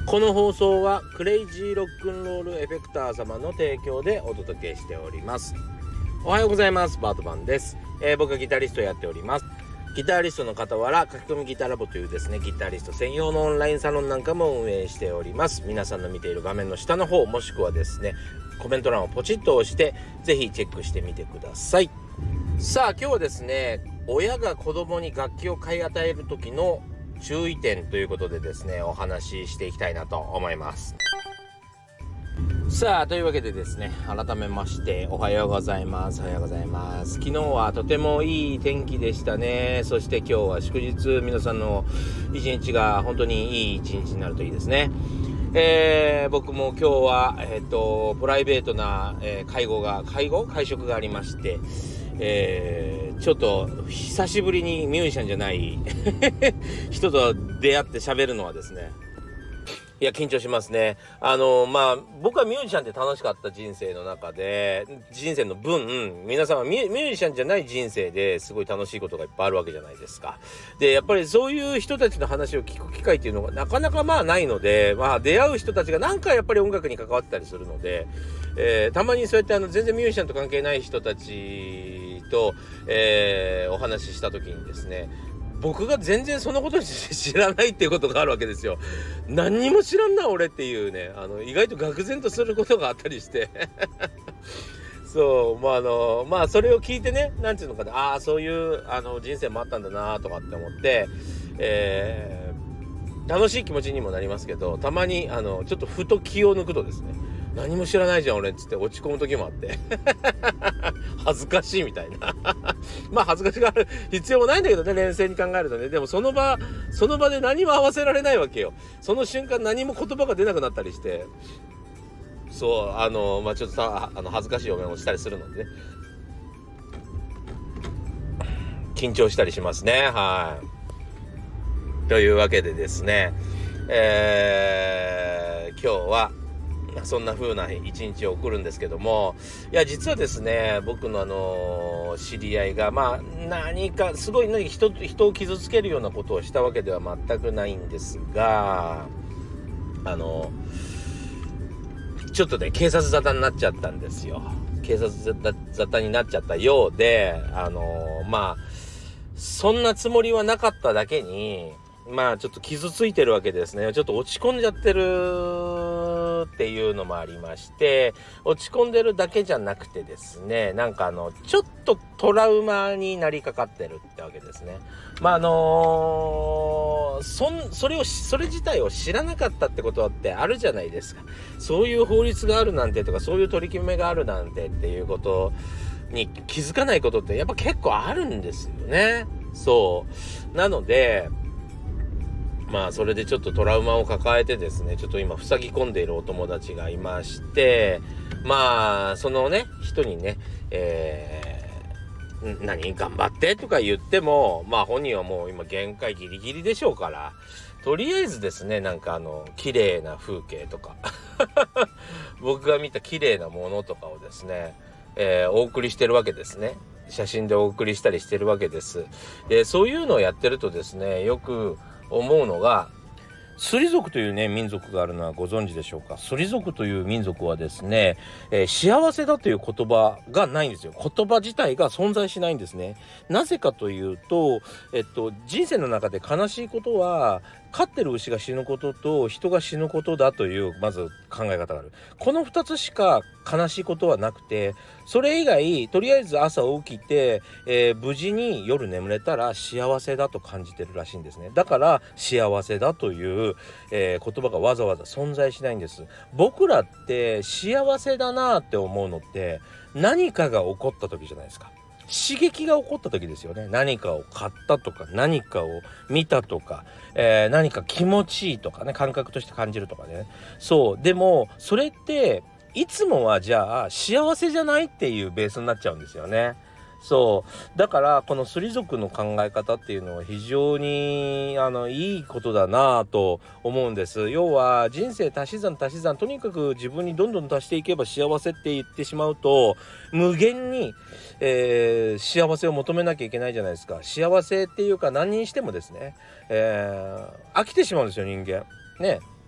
この放送はクレイジーロックンロールエフェクター様の提供でお届けしております。おはようございます。バートマンです。僕はギタリストをやっております。ギタリストの傍ら書き込みギタラボというですね、ギタリスト専用のオンラインサロンなんかも運営しております。皆さんの見ている画面の下の方、もしくはですね、コメント欄をポチッと押してぜひチェックしてみてください。さあ、今日はですね、親が子供に楽器を買い与える時の注意点ということでですね、お話ししていきたいなと思います。さあ、というわけでですね、改めましておはようございます。おはようございます。昨日はとてもいい天気でしたね。そして今日は祝日、皆さんの一日が本当にいい一日になるといいですね。僕も今日は、プライベートな、会食がありまして、ちょっと久しぶりにミュージシャンじゃない人と出会って喋るのはですね、いや緊張しますね。僕はミュージシャンって楽しかった人生の中で、人生の分、皆さんはミュージシャンじゃない人生ですごい楽しいことがいっぱいあるわけじゃないですか。で、やっぱりそういう人たちの話を聞く機会っていうのがなかなかないので、出会う人たちがなんかやっぱり音楽に関わってたりするので、たまにそうやって全然ミュージシャンと関係ない人たちと、お話しした時にですね、僕が全然そのことに知らないっていうことがあるわけですよ。何にも知らんな俺っていうね、意外と愕然とすることがあったりしてそう、それを聞いてね、なんていうのかな、そういう人生もあったんだなとかって思って、楽しい気持ちにもなりますけど、たまにちょっとふと気を抜くとですね、何も知らないじゃん俺っつって落ち込む時もあって恥ずかしいみたいな恥ずかしがる必要もないんだけどね、冷静に考えるとね。でもその場で何も合わせられないわけよ。その瞬間何も言葉が出なくなったりして、そうちょっとさ恥ずかしい思いもしたりするのでね、緊張したりしますね。というわけでですね、今日はそんな風な一日を送るんですけども、いや実はですね、僕の知り合いが何かすごい人を傷つけるようなことをしたわけでは全くないんですが、ちょっとね警察沙汰になっちゃったんですよ。警察沙汰になっちゃったようで、そんなつもりはなかっただけにちょっと傷ついてるわけですね。ちょっと落ち込んじゃってるっていうのもありまして、落ち込んでるだけじゃなくてですね、ちょっとトラウマになりかかってるってわけですね。それ自体を知らなかったってことってあるじゃないですか。そういう法律があるなんてとか、そういう取り決めがあるなんてっていうことに気づかないことってやっぱ結構あるんですよね。そうなので、それでちょっとトラウマを抱えてですね、ちょっと今塞ぎ込んでいるお友達がいまして、そのね人にね、頑張ってとか言っても、本人はもう今限界ギリギリでしょうから、とりあえずですね、綺麗な風景とか僕が見た綺麗なものとかをですね、お送りしてるわけですね。写真でお送りしたりしてるわけです。で、そういうのをやってるとですね、よく思うのが、スリ族というね民族があるのはご存知でしょうか。スリ族という民族はですね、幸せだという言葉がないんですよ。言葉自体が存在しないんですね。なぜかというと、人生の中で悲しいことは飼ってる牛が死ぬことと人が死ぬことだというまず考え方がある。この2つしか悲しいことはなくて、それ以外とりあえず朝起きて、無事に夜眠れたら幸せだと感じてるらしいんですね。だから幸せだという、言葉がわざわざ存在しないんです。僕らって幸せだなって思うのって何かが起こった時じゃないですか。刺激が起こった時ですよね。何かを買ったとか、何かを見たとか、何か気持ちいいとかね、感覚として感じるとかね。そうでもそれっていつもはじゃあ幸せじゃないっていうベースになっちゃうんですよね。そうだからこのスリ族の考え方っていうのは非常にいいことだなと思うんです。要は人生足し算とにかく自分にどんどん足していけば幸せって言ってしまうと無限に、幸せを求めなきゃいけないじゃないですか。幸せっていうか何にしてもですね、飽きてしまうんですよ人間ね。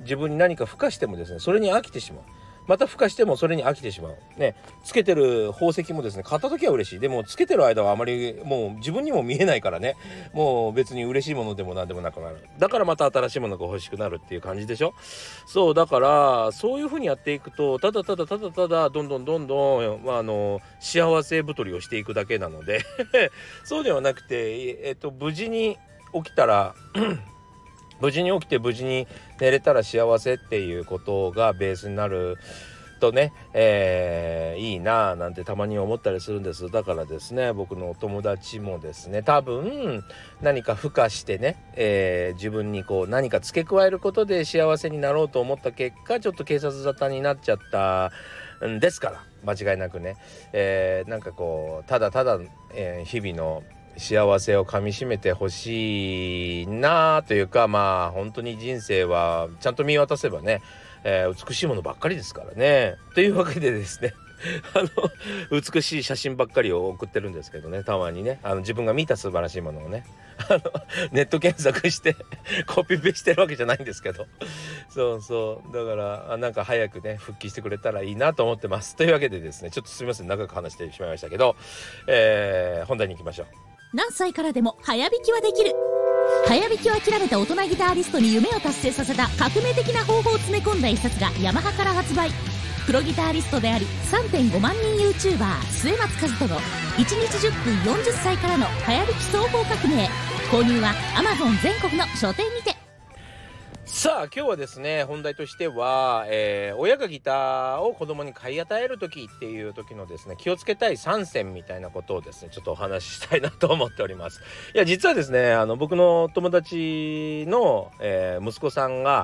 自分に何か付加してもですね、それに飽きてしまう。また付加してもそれに飽きてしまうね。つけてる宝石もですね、買った時は嬉しい。でもつけてる間はあまりもう自分にも見えないからね、もう別に嬉しいものでも何でもなくなる。だからまた新しいものが欲しくなるっていう感じでしょ。そうだからそういう風にやっていくと、ただどんどん幸せ太りをしていくだけなのでそうではなくて、無事に起きたら無事に起きて無事に寝れたら幸せっていうことがベースになるとね、いいなぁなんてたまに思ったりするんです。だからですね、僕のお友達もですね、多分何か付加してね、自分にこう何か付け加えることで幸せになろうと思った結果、ちょっと警察沙汰になっちゃったんですから、間違いなくね、なんかこうただ、日々の幸せをかみしめてほしいなというか、まあ本当に人生はちゃんと見渡せばね、美しいものばっかりですからね。というわけでですね美しい写真ばっかりを送ってるんですけどね、たまにね、自分が見た素晴らしいものをねネット検索してコピペしてるわけじゃないんですけど、そうだからなんか早くね復帰してくれたらいいなと思ってます。というわけでですね、ちょっとすみません、長く話してしまいましたけど、本題に行きましょう。 何歳からでも早弾きはできる。早弾きを諦めた大人ギタリストに夢を達成させた革命的な方法を詰め込んだ一冊がヤマハから発売。プロギタリストであり 3.5 万人 YouTuber 末松和人の1日10分40歳からの早弾き総合革命。購入は Amazon 全国の書店にて。 さあ今日はですね、本題としては、親がギターを子供に買い与える時っていう時のですね、気をつけたい3選みたいなことをですね、ちょっとお話ししたいなと思っております。いや実はですね、僕の友達の、息子さんが、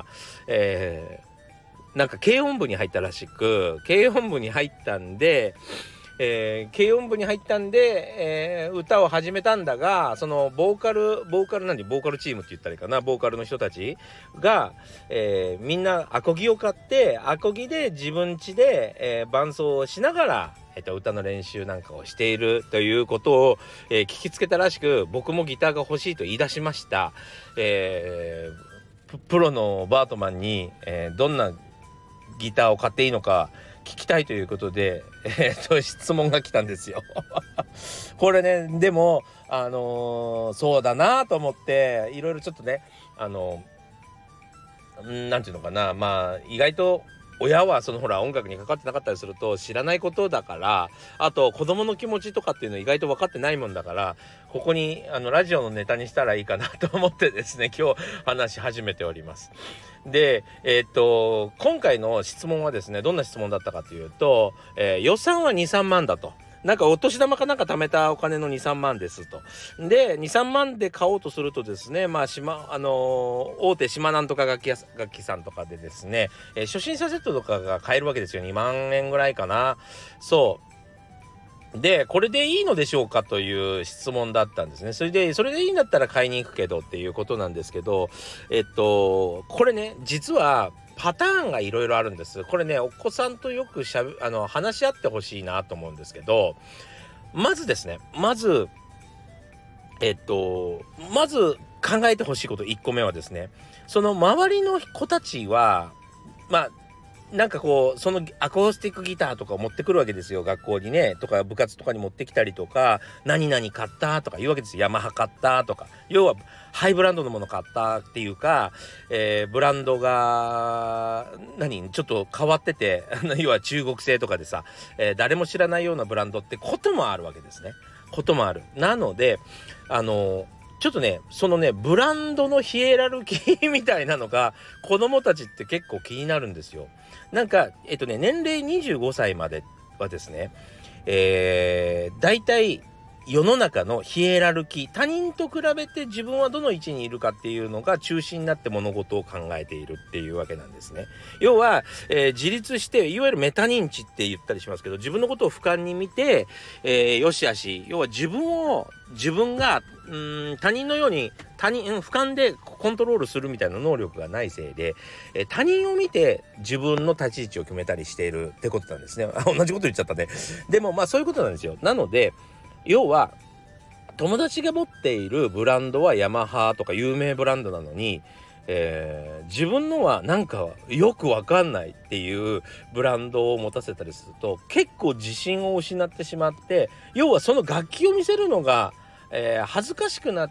なんか軽音部に入ったらしく、軽音部に入ったんで、歌を始めたんだが、そのボーカルチームって言ったらいいかな、ボーカルの人たちが、みんなアコギを買って、アコギで自分家で、伴奏をしながら、歌の練習なんかをしているということを、聞きつけたらしく、僕もギターが欲しいと言い出しました。プロのバートマンに、どんなギターを買っていいのか聞きたいということで、質問が来たんですよこれね、でもそうだなと思って、いろいろちょっとね、なんていうのかな、まあ意外と親はそのほら音楽に関わってなかったりすると知らないことだから、あと子供の気持ちとかっていうの意外と分かってないもんだから、ここにラジオのネタにしたらいいかなと思ってですね、今日話し始めております。で今回の質問はですね、どんな質問だったかというと、予算は 2,3 万だと。なんかお年玉かなんか貯めたお金の 2,3 万ですと。で 2,3 万で買おうとするとですね、まあ大手島なんとか楽器さんとかでですね、初心者セットとかが買えるわけですよ。2万円ぐらいかな。そうで、これでいいのでしょうかという質問だったんですね。それでいいんだったら買いに行くけどっていうことなんですけど、これね、実はパターンがいろいろあるんです。これね、お子さんとよく話し合ってほしいなと思うんですけど、まずですね、まず考えてほしいこと1個目はですね、その周りの子たちはまあなんかこうそのアコースティックギターとかを持ってくるわけですよ、学校にね、とか部活とかに持ってきたりとか、何々買ったとか言うわけですよ。ヤマハ買ったとか、要はハイブランドのもの買ったっていうか、ブランドがちょっと変わってて要は中国製とかでさ、誰も知らないようなブランドってこともあるわけですね。こともある。なのでちょっとね、そのねブランドのヒエラルキーみたいなのが子供たちって結構気になるんですよ。なんか年齢25歳まではですね、だいたい世の中のヒエラルキー、他人と比べて自分はどの位置にいるかっていうのが中心になって物事を考えているっていうわけなんですね。要は、自立していわゆるメタ認知って言ったりしますけど、自分のことを俯瞰に見て、よしあし、要は自分が他人のように俯瞰でコントロールするみたいな能力がないせいで、他人を見て自分の立ち位置を決めたりしているってことなんですね。同じこと言っちゃったね。でもまあそういうことなんですよ。なので要は友達が持っているブランドはヤマハとか有名ブランドなのに、 自分のはなんかよくわかんないっていうブランドを持たせたりすると結構自信を失ってしまって、要はその楽器を見せるのが、恥ずかしくなって、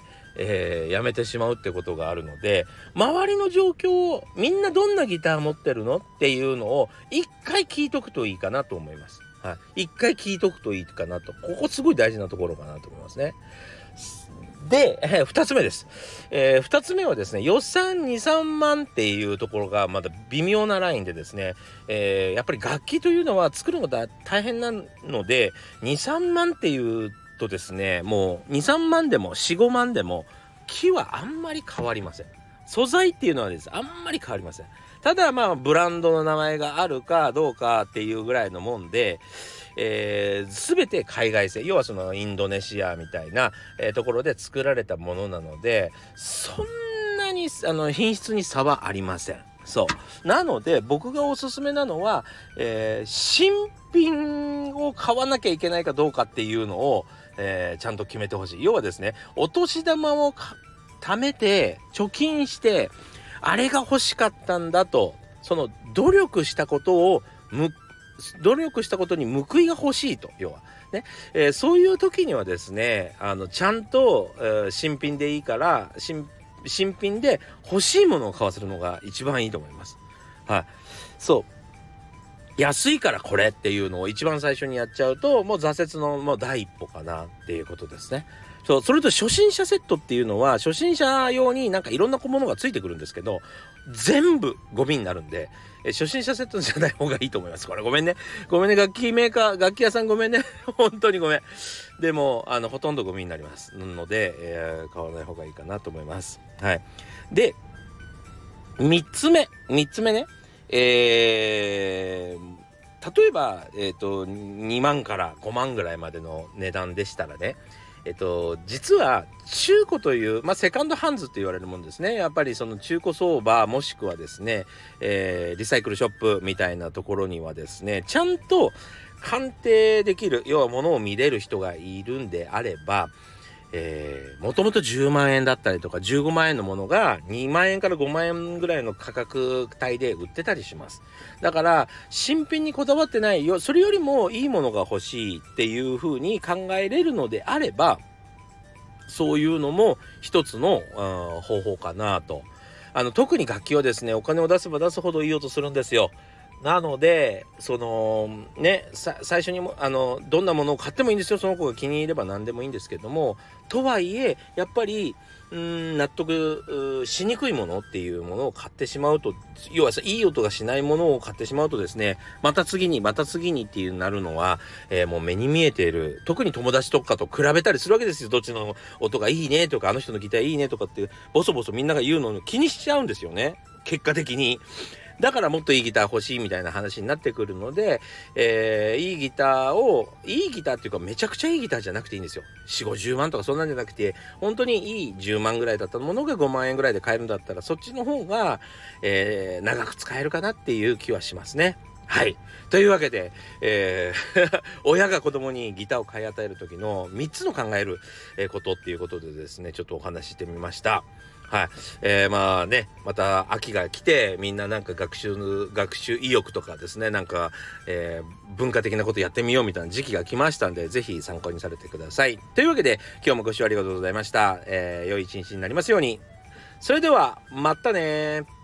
やめてしまうってことがあるので、周りの状況をみんなどんなギター持ってるのっていうのを一回聞いとくといいかなと思います。はい、一回聞いとくといいかなと、ここすごい大事なところかなと思いますね。で、2つ目です。2つ目はですね、予算 2,3 万っていうところがまだ微妙なラインでですね、やっぱり楽器というのは作るのが大変なので、 2,3 万っていうとですね、もう 2,3 万でも 4,5 万でも木はあんまり変わりません。素材っていうのはですね、あんまり変わりません。ただまあブランドの名前があるかどうかっていうぐらいのもんで、全て海外製、要はそのインドネシアみたいな、ところで作られたものなので、そんなに品質に差はありません。そうなので僕がおすすめなのは、新品を買わなきゃいけないかどうかっていうのを、ちゃんと決めてほしい。要はですね、お年玉を貯めて貯金して、あれが欲しかったんだと、その努力したことに報いが欲しいと、要はね、そういう時にはですね、ちゃんと、新品でいいから新品で欲しいものを買わせるのが一番いいと思います。はい、そう安いからこれっていうのを一番最初にやっちゃうと、もう挫折のもう第一歩かなっていうことですね。それと初心者セットっていうのは、初心者用になんかいろんな小物がついてくるんですけど、全部ゴミになるんで、初心者セットじゃない方がいいと思います。これごめんね、楽器屋さんごめんね本当にごめん。でもほとんどゴミになりますので、買わない方がいいかなと思います。はい。で3つ目ね、例えば、2万から5万ぐらいまでの値段でしたらね、実は中古という、セカンドハンズって言われるもんですね。やっぱりその中古相場もしくはですね、リサイクルショップみたいなところにはですね、ちゃんと鑑定できる、要は物を見れる人がいるんであれば、もともと10万円だったりとか15万円のものが2万円から5万円ぐらいの価格帯で売ってたりします。だから新品にこだわってないよ、それよりもいいものが欲しいっていう風に考えれるのであれば、そういうのも一つの方法かなと。特に楽器はですね、お金を出せば出すほどいい音するんですよ。なので最初にどんなものを買ってもいいんですよ。その子が気に入れば何でもいいんですけども、とはいえやっぱり納得しにくいものっていうものを買ってしまうと、要はいい音がしないものを買ってしまうとですね、また次にっていうなるのは、もう目に見えている。特に友達とかと比べたりするわけですよ。どっちの音がいいねとか、あの人のギターいいねとかってボソボソみんなが言うのを気にしちゃうんですよね、結果的に。だからもっといいギター欲しいみたいな話になってくるので、いいギターっていうか、めちゃくちゃいいギターじゃなくていいんですよ。4、50万とかそんなんじゃなくて、本当にいい10万ぐらいだったものが5万円ぐらいで買えるんだったら、そっちの方が、長く使えるかなっていう気はしますね。はい。というわけで、親が子供にギターを買い与える時の3つの考えることっていうことでですね、ちょっとお話ししてみました。はい。また秋が来て、みんななんか学習意欲とかですね、なんか、文化的なことやってみようみたいな時期が来ましたんで、ぜひ参考にされてください。というわけで、今日もご視聴ありがとうございました。良い一日になりますように。それでは、またね。